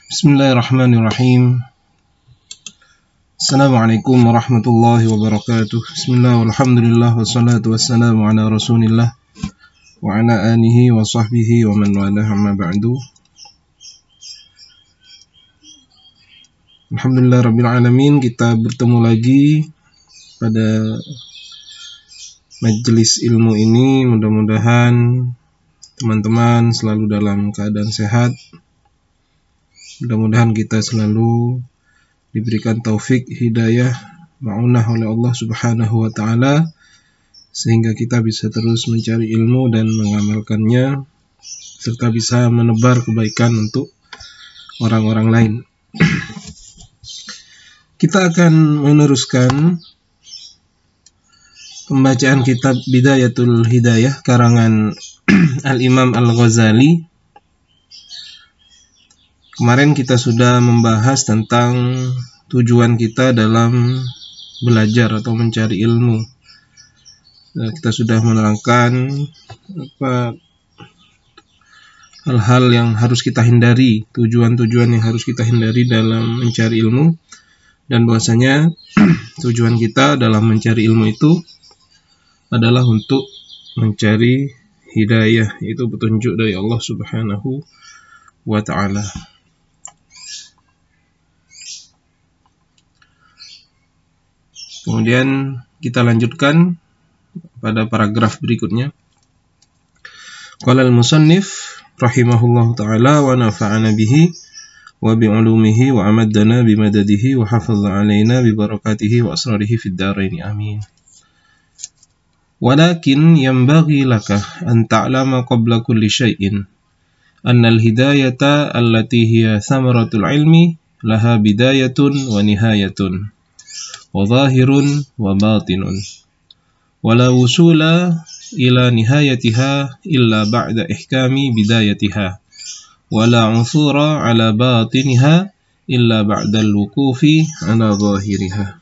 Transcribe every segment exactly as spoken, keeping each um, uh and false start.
Bismillahirrahmanirrahim. Assalamualaikum warahmatullahi wabarakatuh. Bismillah walhamdulillah wassalatu wassalamu ala rasulillah wa ala alihi wa sahbihi wa man walah, amma ba'du. Alhamdulillah rabbil alamin, kita bertemu lagi pada majelis ilmu ini. Mudah-mudahan teman-teman selalu dalam keadaan sehat. Mudah-mudahan kita selalu diberikan taufik, hidayah, ma'unah oleh Allah subhanahu wa ta'ala, sehingga kita bisa terus mencari ilmu dan mengamalkannya, serta bisa menebar kebaikan untuk orang-orang lain. Kita akan meneruskan pembacaan kitab Bidayatul Hidayah karangan Al-Imam Al-Ghazali. Kemarin kita sudah membahas tentang tujuan kita dalam belajar atau mencari ilmu. Nah, kita sudah menerangkan apa hal-hal yang harus kita hindari, tujuan-tujuan yang harus kita hindari dalam mencari ilmu, dan bahwasanya tujuan kita dalam mencari ilmu itu adalah untuk mencari hidayah, yaitu petunjuk dari Allah Subhanahu wa ta'ala. Kemudian kita lanjutkan pada paragraf berikutnya. Qala al-musannif rahimahullahu ta'ala wa nafa'ana bihi wa bi'ulumihi wa amaddana bimadadihi wa hafadha alaina bibarakatihi wa asrarihi fid darain, amin. Walakin yanbaghi laka an ta'lama qabla kulli syai'in anna al-hidayata allati hiya thamaratul ilmi laha bidayatun wa nihayatun wa zahirun wa batinun wa la wusula ila nihayatiha illa ba'da ihkami bidayatiha wa la unsura ala batiniha illa ba'da al-wukufi ala zahiriha.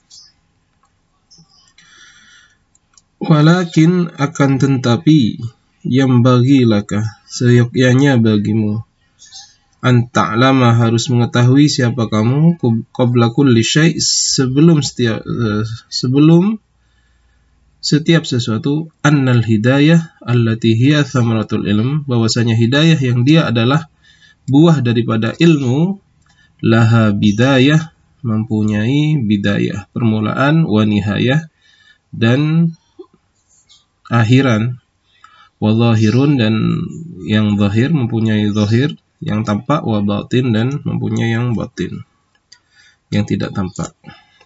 Walakin akan tetapi yang bagi laka seyogyanya bagimu an ta'lama harus mengetahui siapa kamu qabla kulli syai' sebelum setiap uh, sebelum setiap sesuatu annal hidayah allati hiya thamaratul ilm, bahwasanya hidayah yang dia adalah buah daripada ilmu, laha bidayah mempunyai bidayah permulaan, wa nihayah dan akhiran, wa zahirun dan yang zahir mempunyai zahir yang tampak, wa batin dan mempunyai yang batin yang tidak tampak.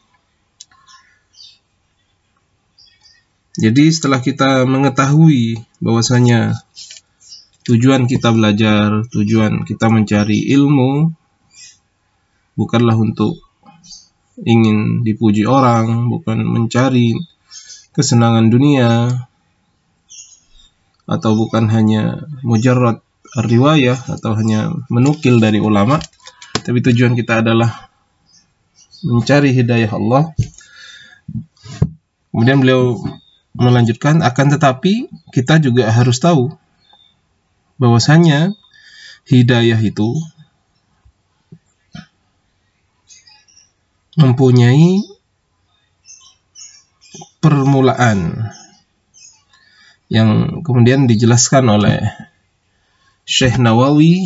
Jadi setelah kita mengetahui bahwasanya tujuan kita belajar, tujuan kita mencari ilmu bukanlah untuk ingin dipuji orang, bukan mencari kesenangan dunia, atau bukan hanya mujarrad riwayah atau hanya menukil dari ulama, tapi tujuan kita adalah mencari hidayah Allah. Kemudian beliau melanjutkan, akan tetapi kita juga harus tahu bahwasanya hidayah itu mempunyai permulaan yang kemudian dijelaskan oleh Syekh Nawawi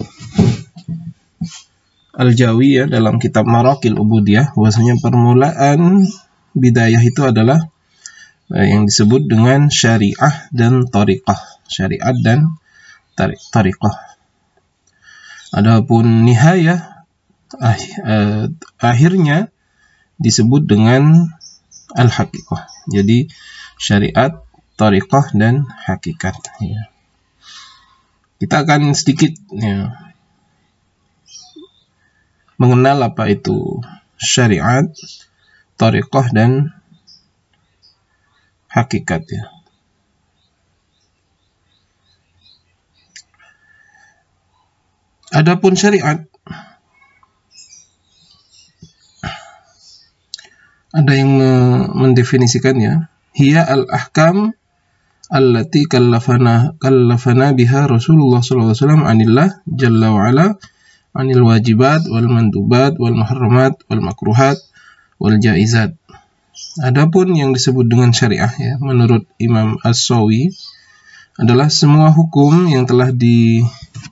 Al-Jawi ya, dalam kitab Maraqil Ubudiyah, bahwasanya permulaan bidayah itu adalah eh, yang disebut dengan syariah dan tariqah, syariat dan tariqah. Adapun nihayah ah, eh, akhirnya disebut dengan al-haqiqah. Jadi syariat, tariqah dan hakikat ya. Kita akan sedikit ya, mengenal apa itu syariat, tariqah dan hakikat ya. Adapun syariat, ada yang mendefinisikannya, hiya al-ahkam allati kallafana kallafana biha Rasulullah sallallahu alaihi wasallam anillah jalla wa ala anil wajibat wal mandubat wal muharramat wal makruhat wal jaizat. Adapun yang disebut dengan syariah ya, menurut Imam As-Sawi adalah semua hukum yang telah di,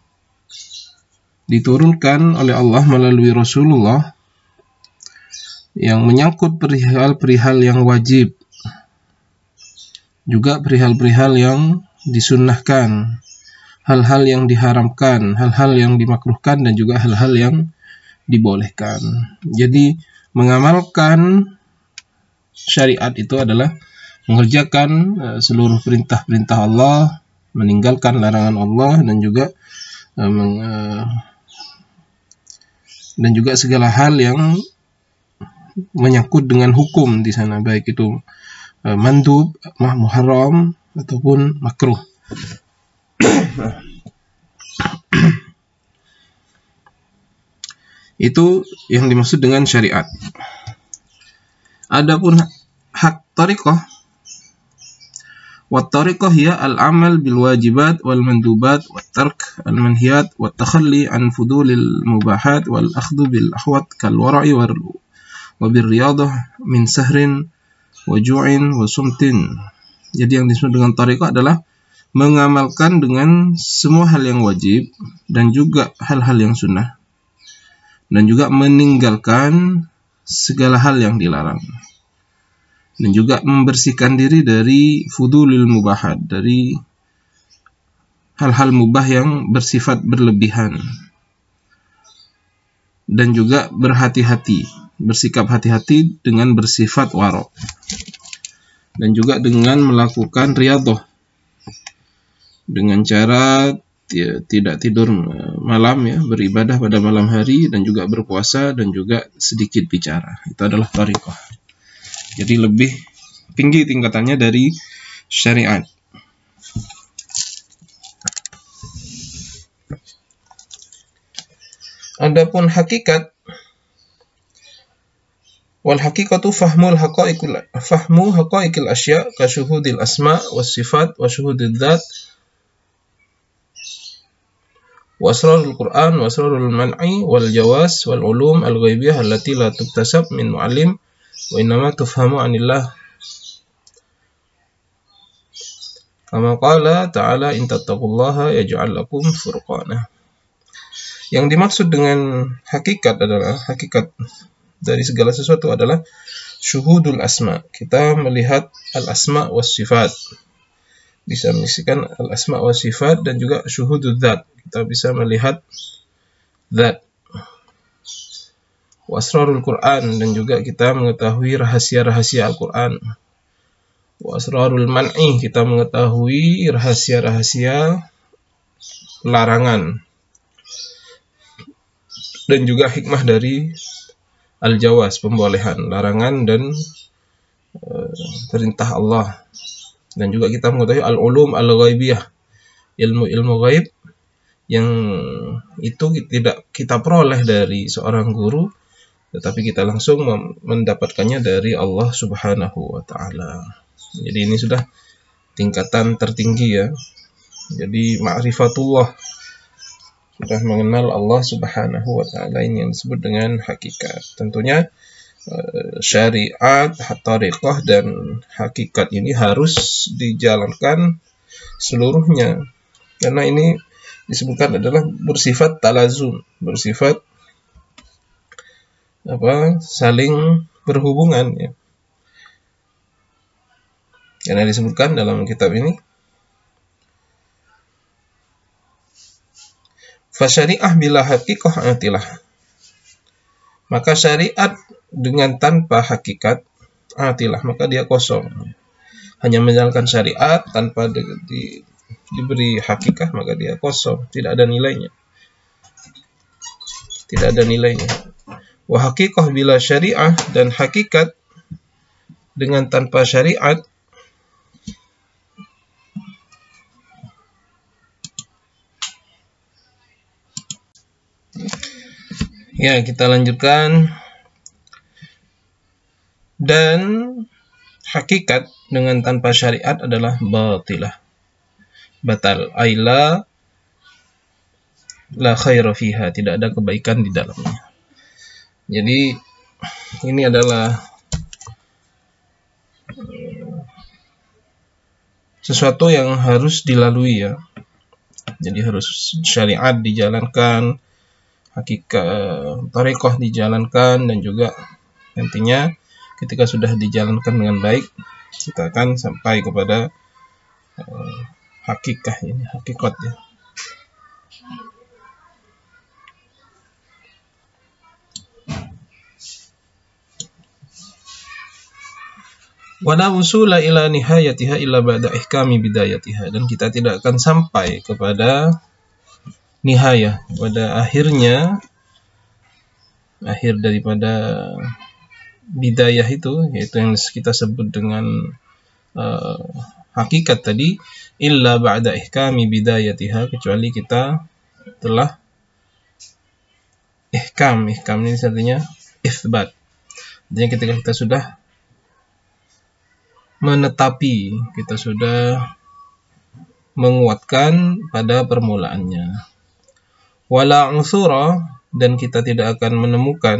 diturunkan oleh Allah melalui Rasulullah yang menyangkut perihal-perihal yang wajib, juga perihal-perihal yang disunnahkan, hal-hal yang diharamkan, hal-hal yang dimakruhkan, dan juga hal-hal yang dibolehkan. Jadi mengamalkan syariat itu adalah mengerjakan uh, seluruh perintah-perintah Allah, meninggalkan larangan Allah, dan juga uh, meng, uh, dan juga segala hal yang menyangkut dengan hukum di sana, baik itu uh, mandub, muharram ataupun makruh. Itu yang dimaksud dengan syariat. Adapun hak tariqah, والطريقة هي العمل بالواجبات والمندوبات والترك المنهيات والتخلي عن فضول المباحات والأخذ بالأحوط كالورع وبالرياضة من سهر وجوع وصمت. Jadi yang disebut dengan tariqah adalah mengamalkan dengan semua hal yang wajib dan juga hal-hal yang sunnah, dan juga meninggalkan segala hal yang dilarang, dan juga membersihkan diri dari fudulil mubahat, dari hal-hal mubah yang bersifat berlebihan, dan juga berhati-hati, bersikap hati-hati dengan bersifat waro', dan juga dengan melakukan riyadhah, dengan cara ya, tidak tidur malam ya, beribadah pada malam hari, dan juga berpuasa, dan juga sedikit bicara. Itu adalah tariqah. Jadi lebih tinggi tingkatannya dari syariat. Adapun hakikat, wal haqiqatu fahmul haqaiqil fahmu haqaiqil asya ka syuhudil asma was sifat wa syuhudid dzat wa asrarul Qur'an wa asrarul man'i wal jawas wal ulum al ghaibiyah allati la tuktasab min mu'allim wa innama tufhamu anillah, kama qala ta'ala in tattaqullaha yaj'al lakum furqana. Yang dimaksud dengan hakikat adalah, hakikat dari segala sesuatu adalah syuhudul asma. Kita melihat al-asma was sifat. Bisa menyaksikan al-asma was sifat, dan juga syuhudul dzat. Kita bisa melihat zat. Wa asrarul Qur'an, dan juga kita mengetahui rahasia-rahasia Al-Qur'an. Wa asrarul man'i, kita mengetahui rahasia-rahasia larangan. Dan juga hikmah dari al-jawas, pembolehan, larangan dan uh, perintah Allah. Dan juga kita mengetahui al-ulum al-ghaibiyah, ilmu-ilmu ghaib yang itu tidak kita peroleh dari seorang guru, tetapi kita langsung mendapatkannya dari Allah Subhanahu wa ta'ala. Jadi ini sudah tingkatan tertinggi ya. Jadi ma'rifatullah, sudah mengenal Allah Subhanahu wa ta'ala, ini yang disebut dengan hakikat. Tentunya syariat, tariqah, dan hakikat ini harus dijalankan seluruhnya, karena ini disebutkan adalah bersifat talazum, bersifat apa, saling berhubungan ya. Karena disebutkan dalam kitab ini, fasyari'ah bila haqiqah atilah, maka syariat dengan tanpa hakikat atilah, maka dia kosong. Hanya menjalankan syariat tanpa di, di, diberi hakikah, maka dia kosong, tidak ada nilainya. Tidak ada nilainya. Wa haqiqah bila syariah, dan hakikat dengan tanpa syariat ya, kita lanjutkan. Dan hakikat dengan tanpa syariat adalah batilah, batal, aila la khaira fiha, tidak ada kebaikan di dalamnya. Jadi ini adalah sesuatu yang harus dilalui ya. Jadi harus syariat dijalankan, hakikat tarekoh dijalankan, dan juga nantinya ketika sudah dijalankan dengan baik, kita akan sampai kepada uh, hakikat ini, hakikat ya. Wala wusula ila nihayatiha illa ba'da ihkami bidayatiha, dan kita tidak akan sampai kepada nihayah, pada akhirnya, akhir daripada bidayah itu, yaitu yang kita sebut dengan uh, hakikat tadi, illa ba'da ihkami bidayatiha, kecuali kita telah ihkam. Ihkam ini artinya itsbat. Artinya ketika kita sudah menetapi, kita sudah menguatkan pada permulaannya. Wala unsura, dan kita tidak akan menemukan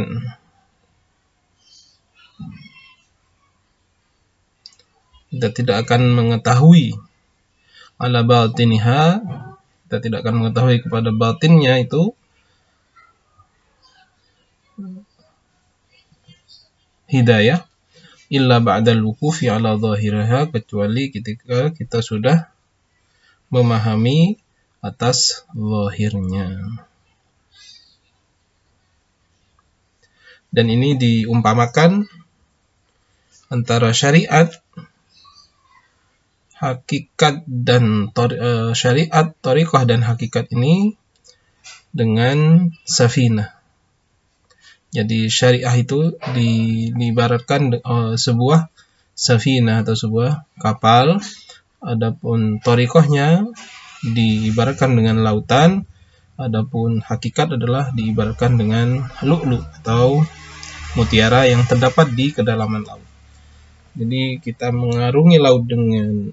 kita tidak akan mengetahui ala batiniha, kita tidak akan mengetahui kepada batinnya itu hidayah, illa ba'dal wuqufi ala zahiriha, kecuali ketika kita sudah memahami atas zahirnya. Dan ini diumpamakan antara syariat, hakikat dan uh, syariat, thariqah dan hakikat ini dengan safinah. Jadi syariah itu di, diibaratkan uh, sebuah safinah atau sebuah kapal, adapun thariqahnya diibaratkan dengan lautan, adapun hakikat adalah diibaratkan dengan lu'lu atau mutiara yang terdapat di kedalaman laut. Jadi kita mengarungi laut dengan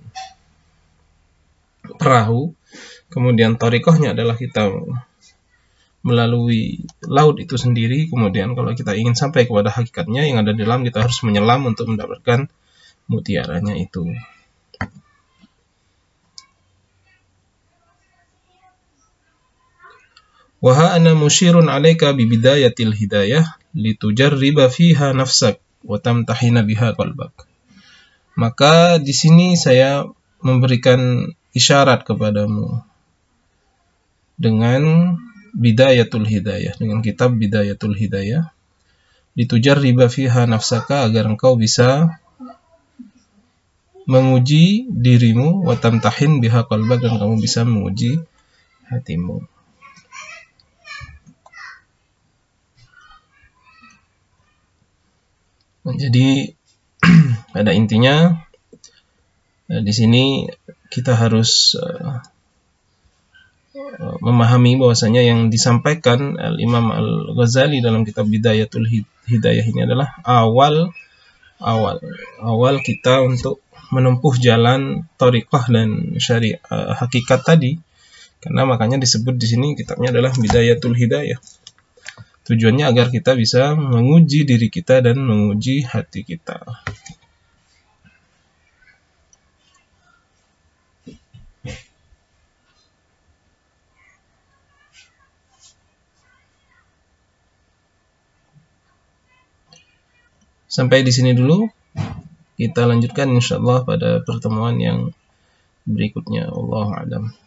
perahu, kemudian thariqahnya adalah kita melalui laut itu sendiri. Kemudian kalau kita ingin sampai kepada hakikatnya yang ada di dalam, kita harus menyelam untuk mendapatkan mutiaranya itu. Wa ana musyirun 'alaika bi bidayatil hidayah litujarriba fiha nafsak wa tamtahina biha qalbak. Maka di sini saya memberikan isyarat kepadamu dengan Bidayatul Hidayah, dengan kitab Bidayatul Hidayah, litujarriba fiha nafsaka, agar engkau bisa menguji dirimu, wa tamtahin biha qalbak, dan kamu bisa menguji hatimu. Jadi pada intinya di sini kita harus uh, memahami bahwasanya yang disampaikan Al-Imam Al-Ghazali dalam kitab Bidayatul Hidayah ini adalah awal awal awal kita untuk menempuh jalan thariqah dan syariah uh, hakikat tadi. Karena makanya disebut di sini kitabnya adalah Bidayatul Hidayah. Tujuannya agar kita bisa menguji diri kita dan menguji hati kita. Sampai di sini dulu. Kita lanjutkan insyaallah pada pertemuan yang berikutnya. Wallahu a'lam.